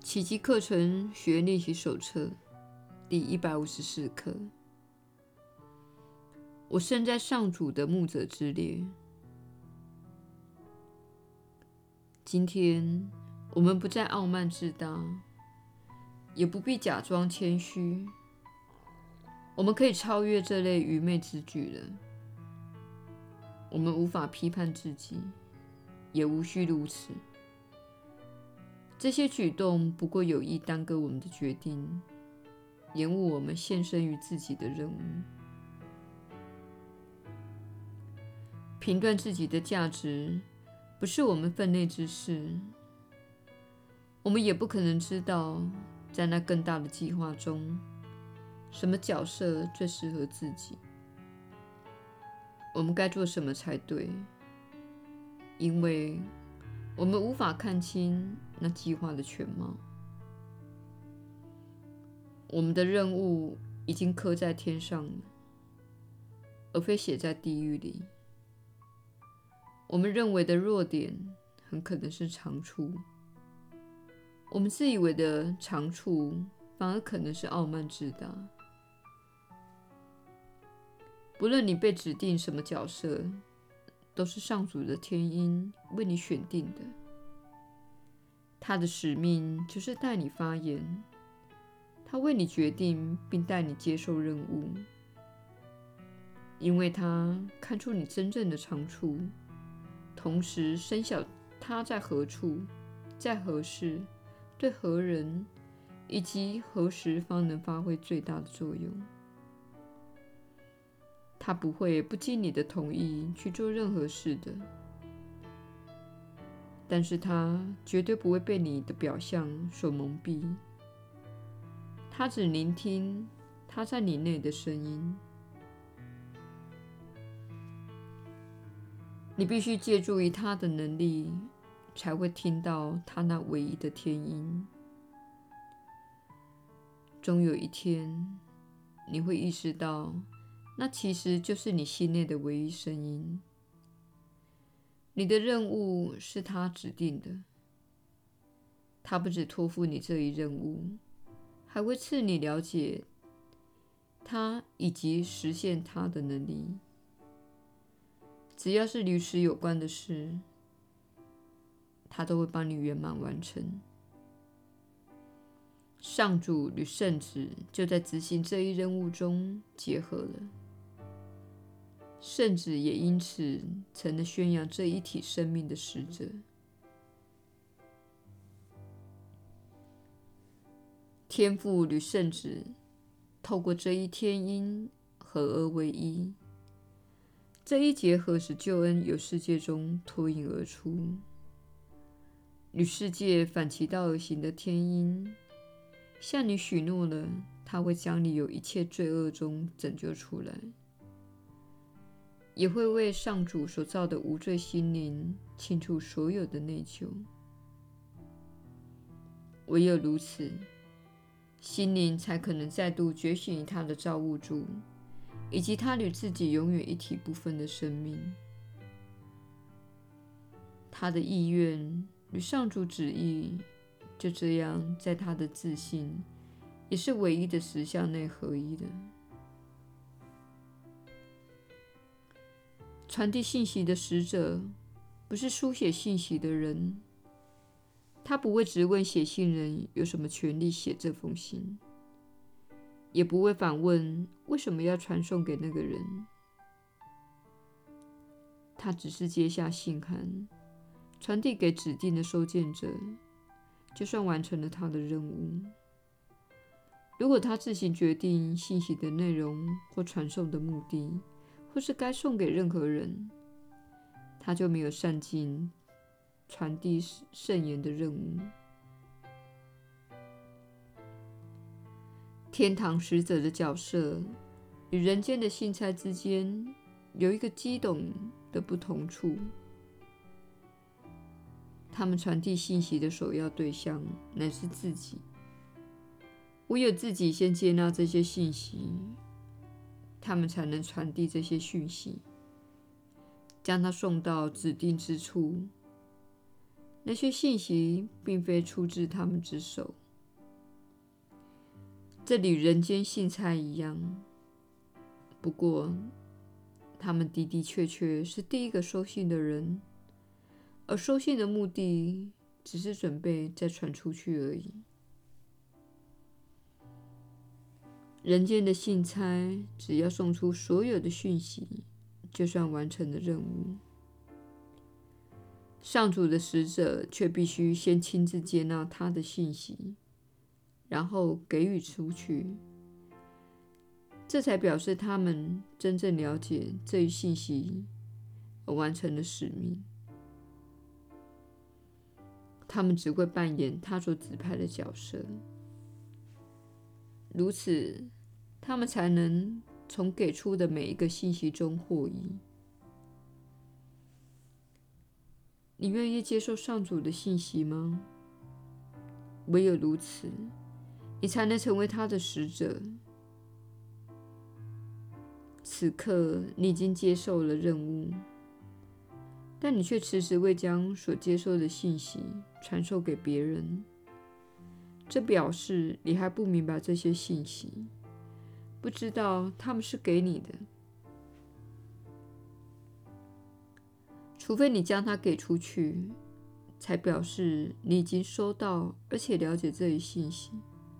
奇迹课程学员练习手册第154课。我生在上主的牧者之列。今天我们不再傲慢自大，也不必假装谦虚。我们可以超越这类愚昧之举了。我们无法批判自己，也无需如此。这些举动不过有意耽搁我们的决定，延误我们献身于自己的任务。评断自己的价值不是我们分内之事，我们也不可能知道在那更大的计划中，什么角色最适合自己，我们该做什么才对，因为我们无法看清那计划的全貌。我们的任务已经刻在天上了，而非写在地狱里。我们认为的弱点很可能是长处，我们自以为的长处反而可能是傲慢自大。不论你被指定什么角色，都是上主的天音为你选定的。他的使命就是带你发言，他为你决定并带你接受任务，因为他看出你真正的长处，同时深晓他在何处、在何事、对何人，以及何时方能发挥最大的作用。他不会不经你的同意去做任何事的，但是他绝对不会被你的表象所蒙蔽。他只聆听他在你内的声音。你必须借助于他的能力，才会听到他那唯一的天音。终有一天，你会意识到，那其实就是你心内的唯一声音。你的任务是他指定的，他不只托付你这一任务，还会赐你了解他以及实现他的能力。只要是与此有关的事，他都会帮你圆满完成。上主与圣子就在执行这一任务中结合了，圣子也因此成了宣扬这一体生命的使者。天父与圣子透过这一天音合而为一，这一结合使救恩由世界中脱颖而出，与世界反其道而行的天音向你许诺了，他会将你由一切罪恶中拯救出来，也会为上主所造的无罪心灵清除所有的内疚。唯有如此，心灵才可能再度觉醒于他的造物主，以及他与自己永远一体不分的生命。他的意愿与上主旨意就这样在他的自信也是唯一的实相内合一了。传递信息的使者不是书写信息的人，他不会质问写信人有什么权利写这封信，也不会反问为什么要传送给那个人。他只是接下信函，传递给指定的收件者，就算完成了他的任务。如果他自行决定信息的内容或传送的目的，或是该送给任何人，他就没有善尽传递圣言的任务。天堂使者的角色与人间的信差之间有一个激动的不同处。他们传递信息的首要对象乃是自己，唯有自己先接纳这些信息，他们才能传递这些讯息，将它送到指定之处。 那些信息并非出自他们之手。这里人间信差一样，不过他们的的确确是第一个收信的人，而收信的目的只是准备再传出去而已。人间的信差只要送出所有的讯息，就算完成了任务。上主的使者却必须先亲自接纳他的信息，然后给予出去，这才表示他们真正了解这一信息而完成了使命。他们只会扮演他所指派的角色，如此，他们才能从给出的每一个信息中获益。你愿意接受上主的信息吗？唯有如此，你才能成为他的使者。此刻，你已经接受了任务，但你却迟迟未将所接受的信息传授给别人。这表示你还不明白这些信息，不知道他们是给你的。除非你将它给出去，才表示你已经收到而且了解这一信息。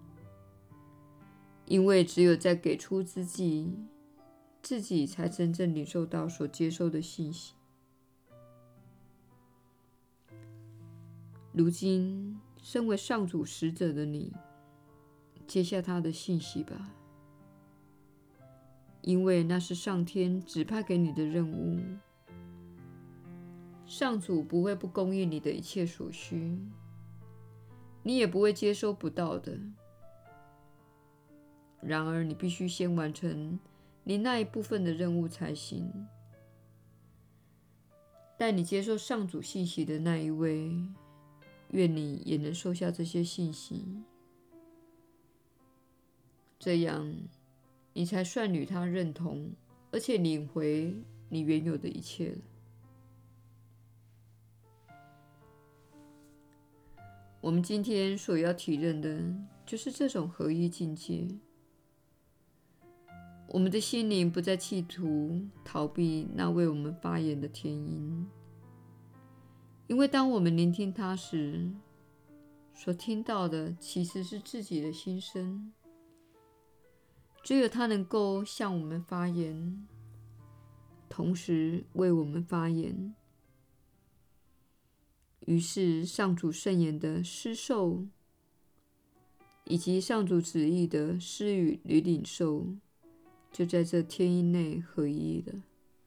因为只有在给出之际，自己才真正领受到所接受的信息。如今，身为上主使者的你，接下他的信息吧，因为那是上天指派给你的任务。上主不会不供应你的一切所需，你也不会接收不到的。然而，你必须先完成你那一部分的任务才行。待你接受上主信息的那一位，愿你也能收下这些信息，这样你才算与他认同，而且领回你原有的一切了。我们今天所要体认的，就是这种合一境界。我们的心灵不再企图逃避那为我们发言的天音，因为当我们聆听它时，所听到的其实是自己的心声。只有它能够向我们发言，同时为我们发言。于是，上主圣言的施受，以及上主旨意的施予与领受，就在这天音内合一了。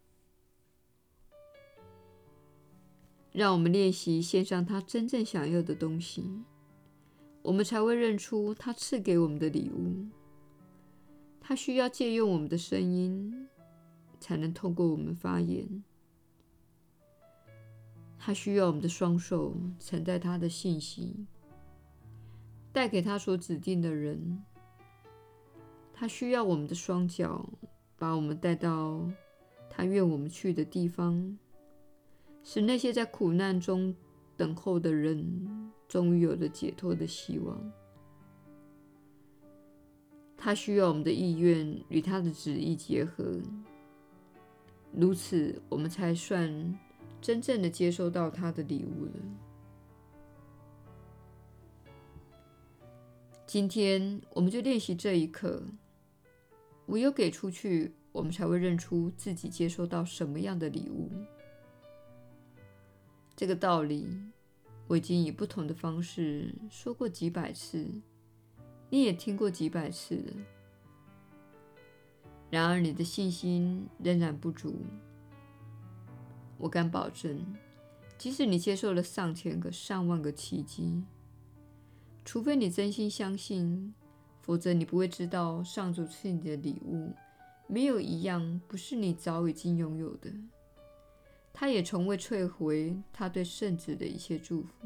让我们练习献上他真正想要的东西，我们才会认出他赐给我们的礼物。他需要借用我们的声音，才能透过我们发言。他需要我们的双手承载他的信息，带给他所指定的人。他需要我们的双脚，把我们带到他愿我们去的地方，使那些在苦难中等候的人，终于有了解脱的希望。他需要我们的意愿与他的旨意结合，如此我们才算真正的接收到他的礼物了。今天我们就练习这一课，唯有给出去，我们才会认出自己接收到什么样的礼物。这个道理我已经以不同的方式说过几百次，你也听过几百次了。然而你的信心仍然不足。我敢保证，即使你接受了上千个、上万个奇迹，除非你真心相信，否则你不会知道上主赐你的礼物没有一样不是你早已经拥有的。他也从未退回他对圣子的一切祝福，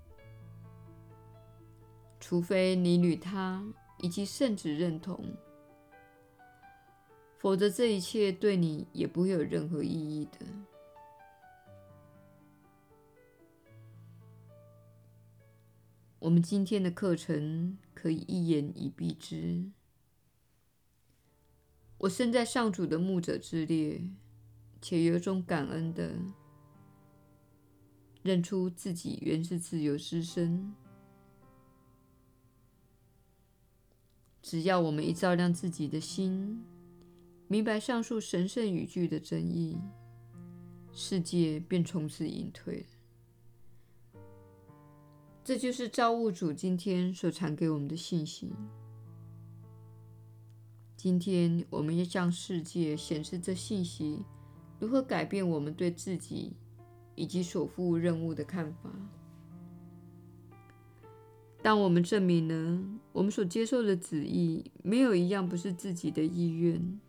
除非你与他以及圣子认同，否则这一切对你也不会有任何意义的。 我们今天的课程可以一言以蔽之：我身在上主的牧者之列，且有种感恩的认出自己原是自由之身。只要我们一照亮自己的心，明白上述神圣语句的真意，世界便从此隐退了。这就是造物主今天所传给我们的信息。今天我们要向世界显示这信息如何改变我们对自己以及所负任务的看法。当我们证明了我们所接受的旨意没有一样不是自己的意愿，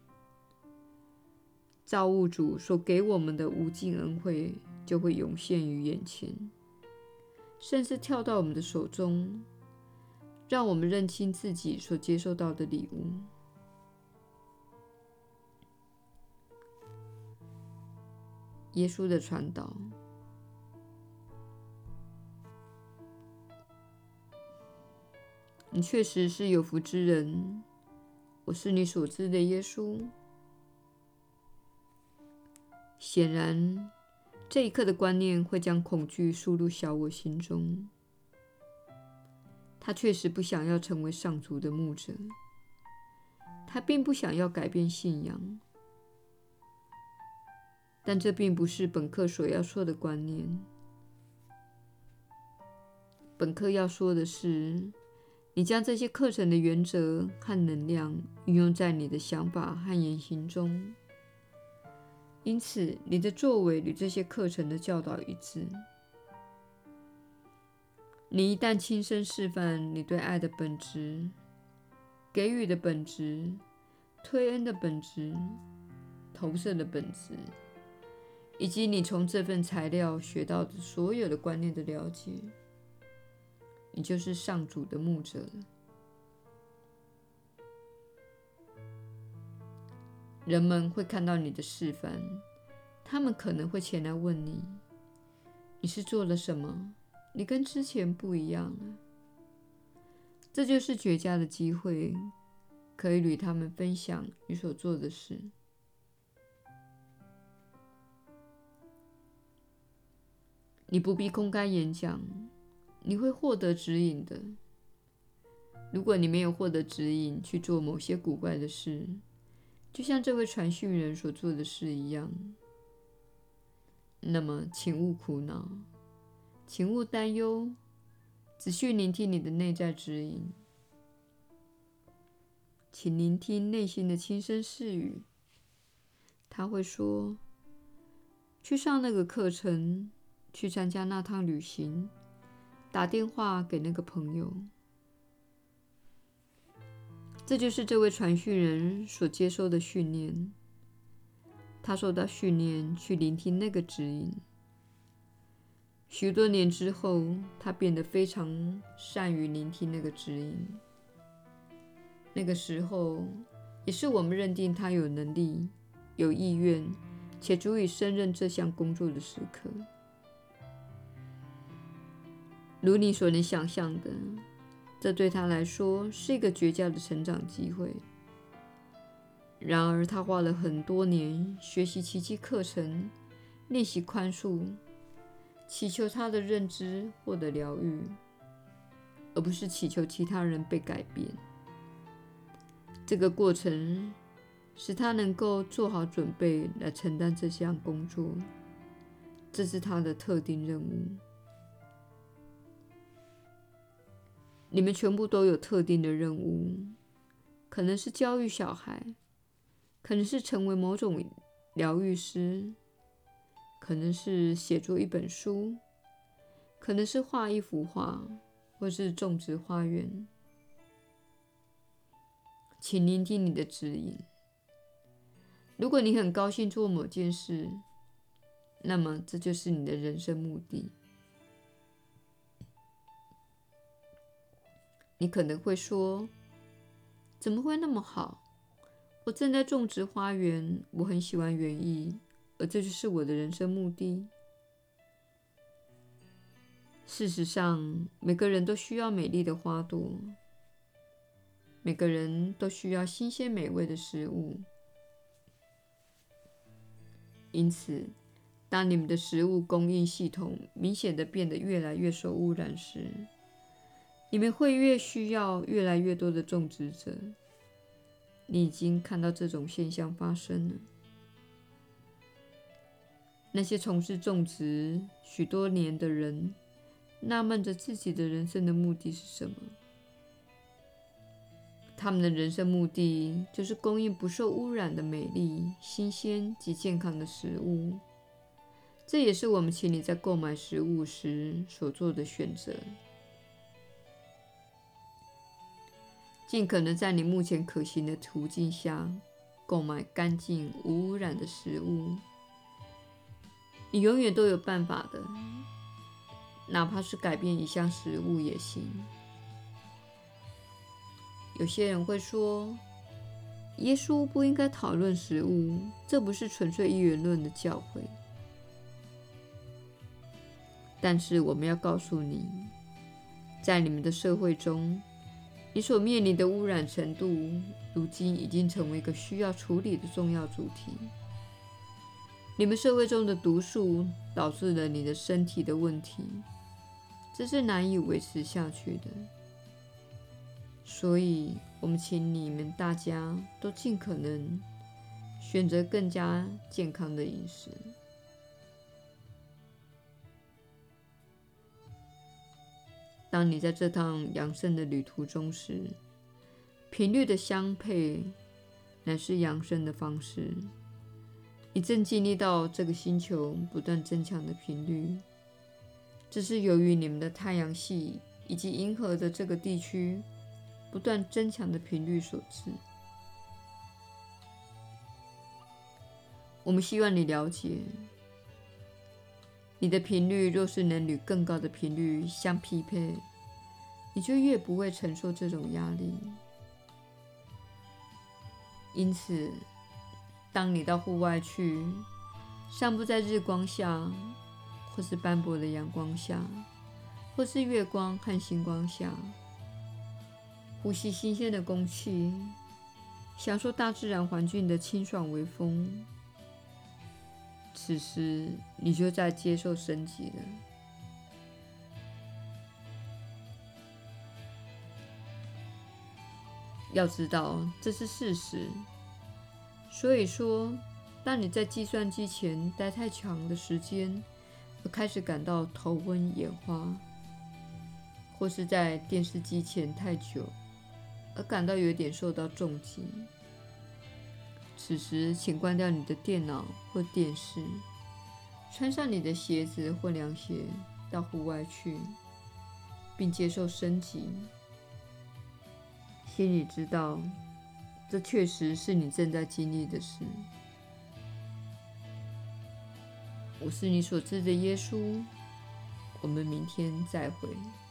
造物主所给我们的无尽恩惠就会涌现于眼前，甚至跳到我们的手中，让我们认清自己所接受到的礼物。耶稣的传导。你确实是有福之人，我是你所知的耶稣。显然，这一刻的观念会将恐惧输入小我心中。他确实不想要成为上主的牧者，他并不想要改变信仰。但这并不是本课所要说的观念。本课要说的是，你将这些课程的原则和能量运用在你的想法和言行中，因此你的作为与这些课程的教导一致。你一旦亲身示范你对爱的本质、给予的本质、推恩的本质、投射的本质，以及你从这份材料学到的所有的观念的了解，你就是上主的牧者了。人们会看到你的示范，他们可能会前来问你：你是做了什么？你跟之前不一样了。这就是绝佳的机会，可以与他们分享你所做的事。你不必公开演讲，你会获得指引的。如果你没有获得指引去做某些古怪的事，就像这位传讯人所做的事一样，那么请勿苦恼，请勿担忧，仔细聆听你的内在指引。请聆听内心的轻声细语，他会说：去上那个课程，去参加那趟旅行，打电话给那个朋友。这就是这位传讯人所接受的训练。他受到训练去聆听那个指引。许多年之后，他变得非常善于聆听那个指引。那个时候，也是我们认定他有能力、有意愿，且足以胜任这项工作的时刻。如你所能想象的，这对他来说是一个绝佳的成长机会。然而，他花了很多年学习奇迹课程，练习宽恕，祈求他的认知获得疗愈，而不是祈求其他人被改变。这个过程使他能够做好准备来承担这项工作，这是他的特定任务。你们全部都有特定的任务，可能是教育小孩，可能是成为某种疗愈师，可能是写作一本书，可能是画一幅画，或是种植花园。请聆听你的指引。如果你很高兴做某件事，那么这就是你的人生目的。你可能会说：怎么会那么好？我正在种植花园，我很喜欢园艺，而这就是我的人生目的。 事实上，每个人都需要美丽的花朵，每个人都需要新鲜美味的食物。因此，当你们的食物供应系统明显地变得越来越受污染时，你们会越需要越来越多的种植者。你已经看到这种现象发生了。那些从事种植许多年的人，纳闷着自己的人生的目的是什么。他们的人生目的就是供应不受污染的美丽、新鲜及健康的食物。这也是我们请你在购买食物时所做的选择。尽可能在你目前可行的途径下购买干净无污染的食物。你永远都有办法的，哪怕是改变一项食物也行。有些人会说，耶稣不应该讨论食物，这不是纯粹一元论的教诲。但是我们要告诉你，在你们的社会中，你所面临的污染程度，如今已经成为一个需要处理的重要主题。你们社会中的毒素导致了你的身体的问题，这是难以维持下去的。所以，我们请你们大家都尽可能选择更加健康的饮食。当你在这趟养生的旅途中时，频率的相配乃是养生的方式。你正经历到这个星球不断增强的频率，这是由于你们的太阳系以及银河的这个地区不断增强的频率所致。我们希望你了解，你的频率若是能与更高的频率相匹配，你就越不会承受这种压力。因此，当你到户外去，散步在日光下，或是斑驳的阳光下，或是月光和星光下，呼吸新鲜的空气，享受大自然环境的清爽微风，此时你就在接受升级了。要知道，这是事实。所以说，当你在计算机前待太长的时间，而开始感到头昏眼花，或是在电视机前太久，而感到有点受到重击，此时请关掉你的电脑或电视，穿上你的鞋子或凉鞋，到户外去，并接受升级。心里知道，这确实是你正在经历的事。我是你所知的耶稣，我们明天再会。